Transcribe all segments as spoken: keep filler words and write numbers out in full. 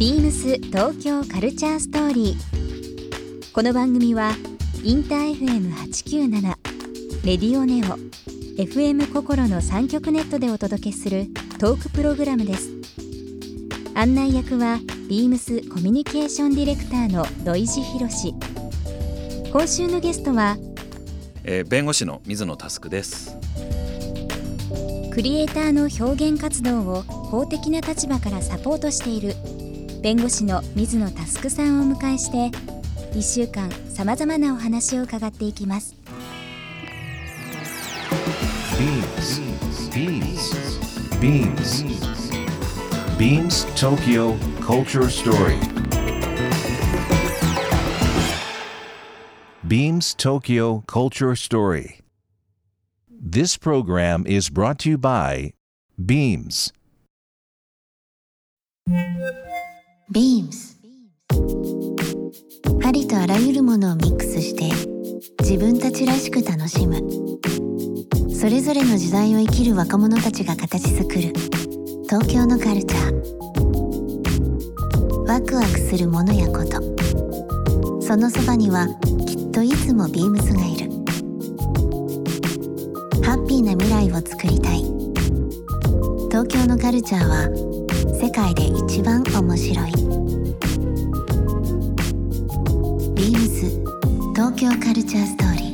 ビームス東京カルチャーストーリー。この番組はインター エフエムはちきゅうなな、レディオネオ、エフエム 心のさん局ネットでお届けするトークプログラムです。案内役はビームスコミュニケーションディレクターの土井博志。今週のゲストは、 えー、弁護士の水野佑です。 クリエイターの表現活動を法的な立場からサポートしている弁護士の水野佑さんをお迎えして、いっしゅうかんさまざまなお話を伺っていきます。 ビームス ビームス ビームス Tokyo Culture Story。 ビームス Tokyo Culture Story。 This program is brought to you by Beams。 ビームス、 ありとあらゆるものをミックスして自分たちらしく楽しむ、それぞれの時代を生きる若者たちが形作る東京のカルチャー。ワクワクするものやこと、そのそばにはきっといつもビームスがいる。ハッピーな未来を作りたい。東京のカルチャーは世界で一番面白い。ビームス東京カルチャーストーリー。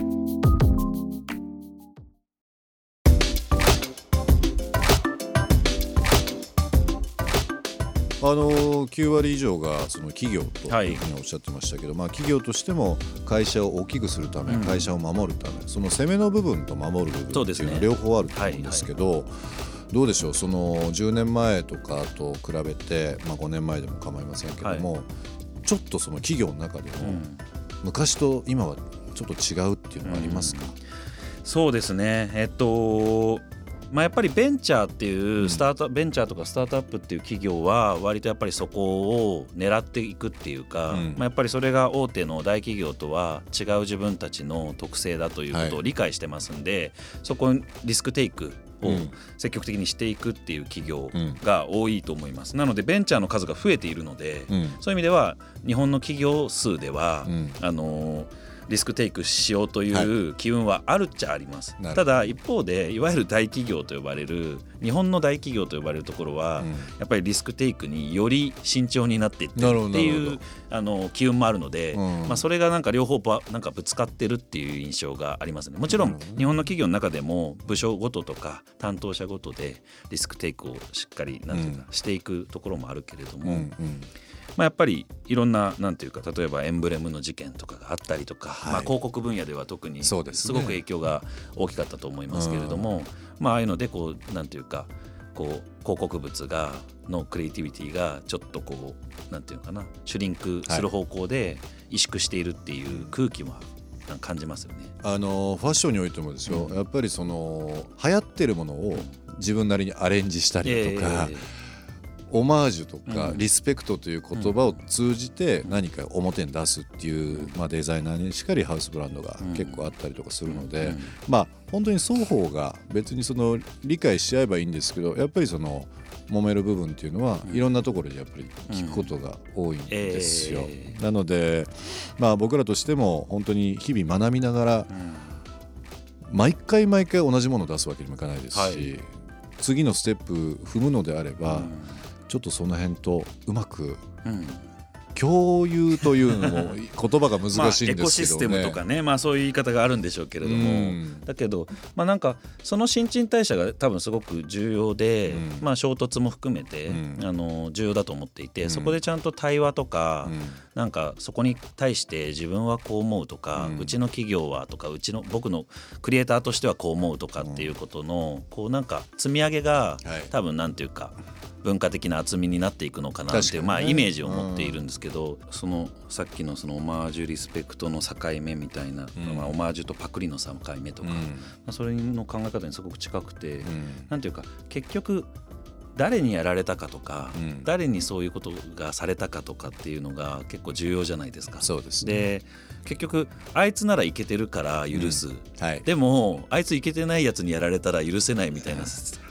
あのきゅう割以上がその企業というふうにおっしゃってましたけど、はい、まあ、企業としても会社を大きくするため、うん、会社を守るため、その攻めの部分と守る部分っていうのは両方あると思うんですけど、はいはい、どうでしょう、そのじゅうねんまえとかと比べて、まあ、ごねんまえでも構いませんけども、はい、ちょっとその企業の中でも、うん、昔と今はちょっと違うっていうのはありますか？うん、 そうですね、えっとまあ、やっぱりベンチャーっていうスタート、うん、ベンチャーとかスタートアップっていう企業は割とやっぱりそこを狙っていくっていうか、うん、まあ、やっぱりそれが大手の大企業とは違う自分たちの特性だということを理解してますんで、はい、そこにリスクテイクを積極的にしていくっていう企業が多いと思います。なのでベンチャーの数が増えているので、うん、そういう意味では日本の企業数では、うん、あのリスクテイクしようという機運はあるっちゃあります、はい、ただ一方でいわゆる大企業と呼ばれる日本の大企業と呼ばれるところは、うん、やっぱりリスクテイクにより慎重になっていってるっていうあの機運もあるので、うん、まあ、それがなんか両方ばなんかぶつかってるっていう印象がありますね。もちろん日本の企業の中でも部署ごととか担当者ごとでリスクテイクをしっかりなんていうかしていくところもあるけれども、うんうん、まあ、やっぱりいろんななんていうか、例えばエンブレムの事件とかがあったりとか、はい、まあ、広告分野では特にすごく影響が大きかったと思いますけれども、まあ、ああいうのでこうなんていうかこう広告物がのクリエイティビティがちょっとこうなんていうかなシュリンクする方向で萎縮しているっていう空気は感じますよね。 あのファッションにおいてもですよ、うん、やっぱりその流行ってるものを自分なりにアレンジしたりとか、えーオマージュとかリスペクトという言葉を通じて何か表に出すっていう、まあ、デザイナーにしっかりハウスブランドが結構あったりとかするので、まあ本当に双方が別にその理解し合えばいいんですけど、やっぱりその揉める部分っていうのはいろんなところでやっぱり聞くことが多いんですよ。なので、まあ、僕らとしても本当に日々学びながら毎回毎回同じものを出すわけにもいかないですし、はい、次のステップ踏むのであれば、ちょっとその辺とうまく共有というのも言葉が難しいんですけどね、まあ、エコシステムとかね、まあ、そういう言い方があるんでしょうけれども、うん、だけど、まあ、なんかその新陳代謝が多分すごく重要で、うん、まあ、衝突も含めて、うん、あの重要だと思っていて、うん、そこでちゃんと対話とか、うん、なんかそこに対して自分はこう思うとか、うん、うちの企業はとか、うちの僕のクリエイターとしてはこう思うとかっていうことの、こうなんか積み上げが、はい、多分なんていうか文化的な厚みになっていくのかなっていう、ね、まあ、イメージを持っているんですけど、うん、そのさっきのそのオマージュリスペクトの境目みたいな、うん、まあ、オマージュとパクリの境目とか、うん、まあ、それの考え方にすごく近くて、うん、なんていうか結局誰にやられたかとか、うん、誰にそういうことがされたかとかっていうのが結構重要じゃないですか。 そうですね。 で結局あいつならイケてるから許す、 うん、はい、 でもあいつイケてないやつにやられたら許せないみたいな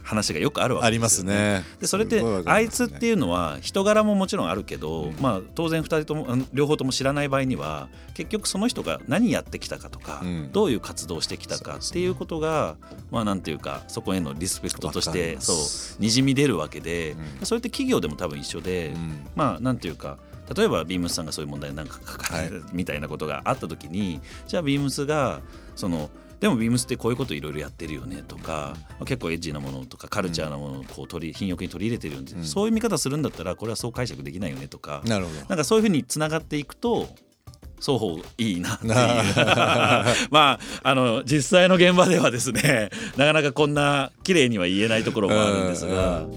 話がよくあるわけですよね。 ありますね。 でそれってあいつっていうのは人柄ももちろんあるけど、まあ、当然ふたりとも両方とも知らない場合には結局その人が何やってきたかとか、うん、どういう活動をしてきたかっていうことが、まあなんていうかそこへのリスペクトとしてそうにじみ出るわけで、うん、それって企業でも多分一緒で、うん、まあなんていうか例えばビームスさんがそういう問題なんか抱えるみたいなことがあった時に、はい、じゃあビームスがそのでもビームスってこういうこといろいろやってるよねとか、結構エッジなものとかカルチャーなものをこう取り品欲に取り入れてるよね、うん、そういう見方するんだったらこれはそう解釈できないよねとか、なるほど、なんかそういうふうにつながっていくと双方いいなっていうまああの実際の現場ではですねなかなかこんな綺麗には言えないところもあるんですが、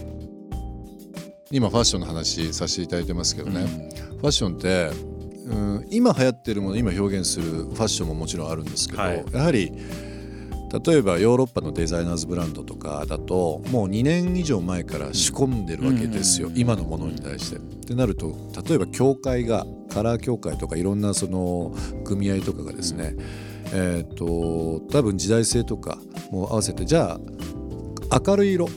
今ファッションの話させていただいてますけどね、うん、ファッションってうん、今流行ってるもの今表現するファッションももちろんあるんですけど、はい、やはり例えばヨーロッパのデザイナーズブランドとかだともうにねん以上前から仕込んでるわけですよ、うん、今のものに対して。ってなると例えば協会がカラー協会とかいろんなその組合とかがですね、うん、えーと多分時代性とかも合わせてじゃあ明るい色、うん、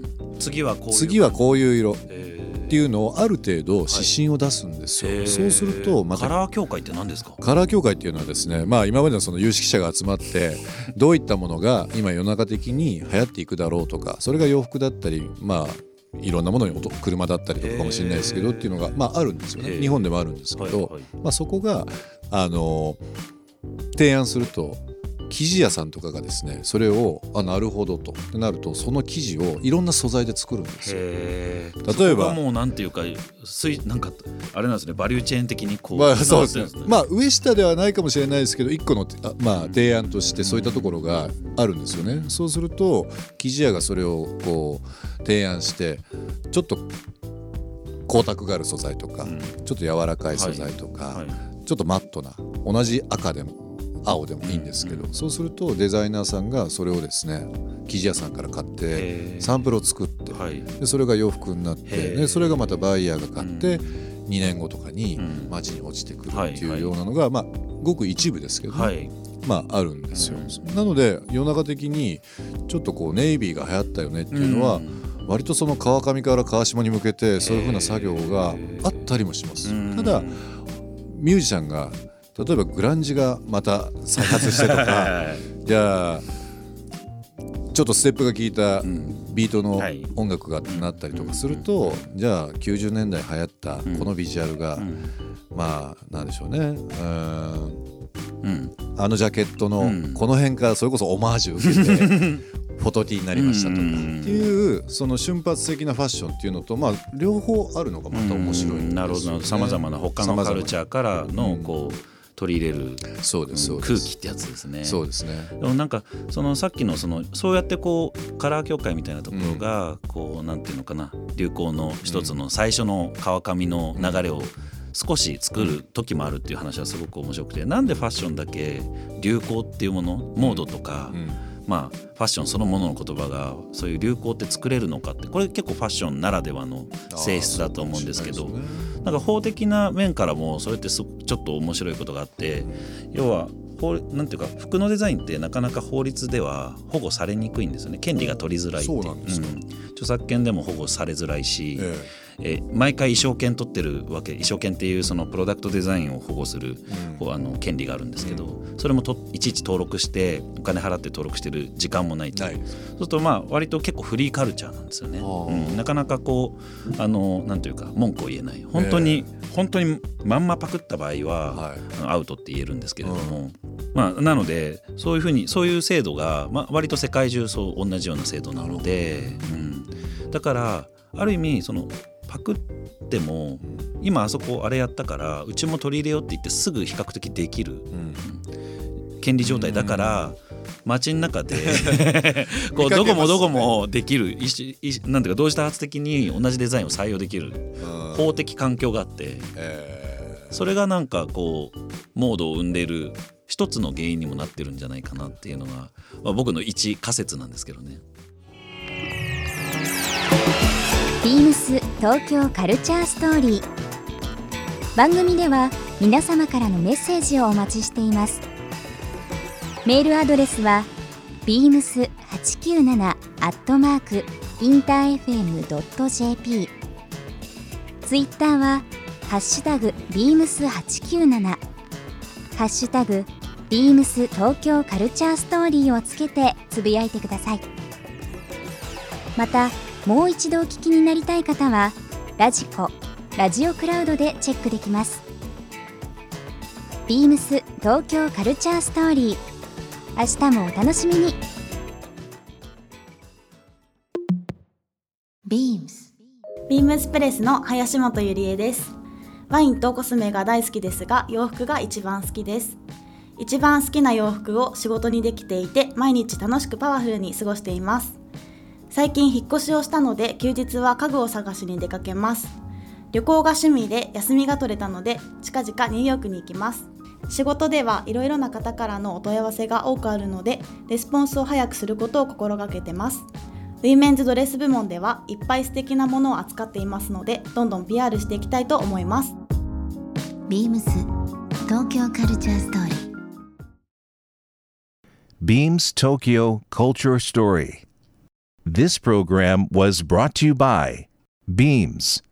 次はこういう次はこういう色っていうのをある程度指針を出すんですよ、はい、そうするとまたカラー協会って何ですか？ カラー協会っていうのはですね、まあ、今までのその有識者が集まってどういったものが今世の中的に流行っていくだろうとか、それが洋服だったりまあいろんなものに車だったりとかかもしれないですけどっていうのが、まあ、あるんですよね。日本でもあるんですけど、はいはい、まあ、そこがあの提案すると生地屋さんとかがですねそれをあなるほどとなるとその生地をいろんな素材で作るんですよ。 へ例えばもうなんていうかなんかあれなんですね、バリューチェーン的にこう、 まあそうですね、まあ上下ではないかもしれないですけど一個のあ、まあ、提案としてそういったところがあるんですよね。そうすると生地屋がそれをこう提案してちょっと光沢がある素材とか、うん、ちょっと柔らかい素材とか、はいはい、ちょっとマットな同じ赤でも青でもいいんですけど、うん、そうするとデザイナーさんがそれをですね生地屋さんから買ってサンプルを作って、はい、でそれが洋服になってでそれがまたバイヤーが買って、うん、にねんごとかに街に落ちてくるっていうようなのが、うん、まあごく一部ですけど、ね、はい、まああるんですよ、うん、なので世の中的にちょっとこうネイビーが流行ったよねっていうのは、うん、割とその川上から川下に向けてそういう風な作業があったりもします。ただミュージシャンが例えばグランジがまた再発してとかじゃあちょっとステップが効いたビートの音楽がなったりとかすると、じゃあきゅうじゅうねんだい流行ったこのビジュアルがまあなんでしょうね、うーん、うん、あのジャケットのこの辺からそれこそオマージュを受けてフォトティーになりましたとかっていうその瞬発的なファッションっていうのとまあ両方あるのがまた面白いんですよね。 なるほど、さまざまな他のカルチャーからのこう取り入れる空気ってやつですね。 そうですね。 でもなんかそのさっきのそのそうやってこうカラー協会みたいなところがこうなんていうのかな、流行の一つの最初の川上の流れを少し作る時もあるっていう話はすごく面白くて、なんでファッションだけ流行っていうもの、モードとか、うんうん、まあファッションそのものの言葉がそういう流行って作れるのかって、これ結構ファッションならではの性質だと思うんですけど、なんか法的な面からもそれってちょっと面白いことがあって、要はなんていうか服のデザインってなかなか法律では保護されにくいんですよね。権利が取りづらいっていう。そうなんですか。うん、著作権でも保護されづらいし、えええー、毎回衣装権取ってるわけ。衣装権っていうそのプロダクトデザインを保護する、うん、あの権利があるんですけど、うん、それもといちいち登録してお金払って登録してる時間もないと。ない。そうするとまあ割と結構フリーカルチャーなんですよね。うん、なかなかこうあのなんていうか文句を言えない。本当に、えー、本当にまんまパクった場合は、はい、アウトって言えるんですけれども、うん、まあなのでそういうふうにそういう制度が、まあ、割と世界中そう同じような制度なので、うん、だからある意味そのパクっても今あそこあれやったからうちも取り入れようって言ってすぐ比較的できる、うん、権利状態だから街の中でこうどこもどこもできるなんていうか同時多発的に同じデザインを採用できる法的環境があって、それがなんかこうモードを生んでいる一つの原因にもなってるんじゃないかなっていうのが、まあ、僕の一仮説なんですけどね。 ビームス東京カルチャーストーリー。番組では皆様からのメッセージをお待ちしています。メールアドレスは ビームスはちきゅうななアットマークインターエフエムドットジェーピー、 ツイッターはハッシュタグビームスはちきゅうなな、ハッシュタグビームス東京カルチャーストーリーをつけてつぶやいてください。またもう一度お聞きになりたい方はラジコ、ラジオクラウドでチェックできます。ビームス東京カルチャーストーリー、明日もお楽しみに。 ビームスビームスプレスの林本ゆりえです。ワインとコスメが大好きですが、洋服が一番好きです。一番好きな洋服を仕事にできていて、毎日楽しくパワフルに過ごしています。最近引っ越しをしたので、休日は家具を探しに出かけます。旅行が趣味で休みが取れたので、近々ニューヨークに行きます。仕事ではいろいろな方からのお問い合わせが多くあるので、レスポンスを早くすることを心がけてます。ウィメンズドレス部門ではいっぱい素敵なものを扱っていますので、どんどん ピーアール していきたいと思います。 ビームス東京カルチャーストーリー Beams Tokyo Culture Story. This program was brought to you by Beams.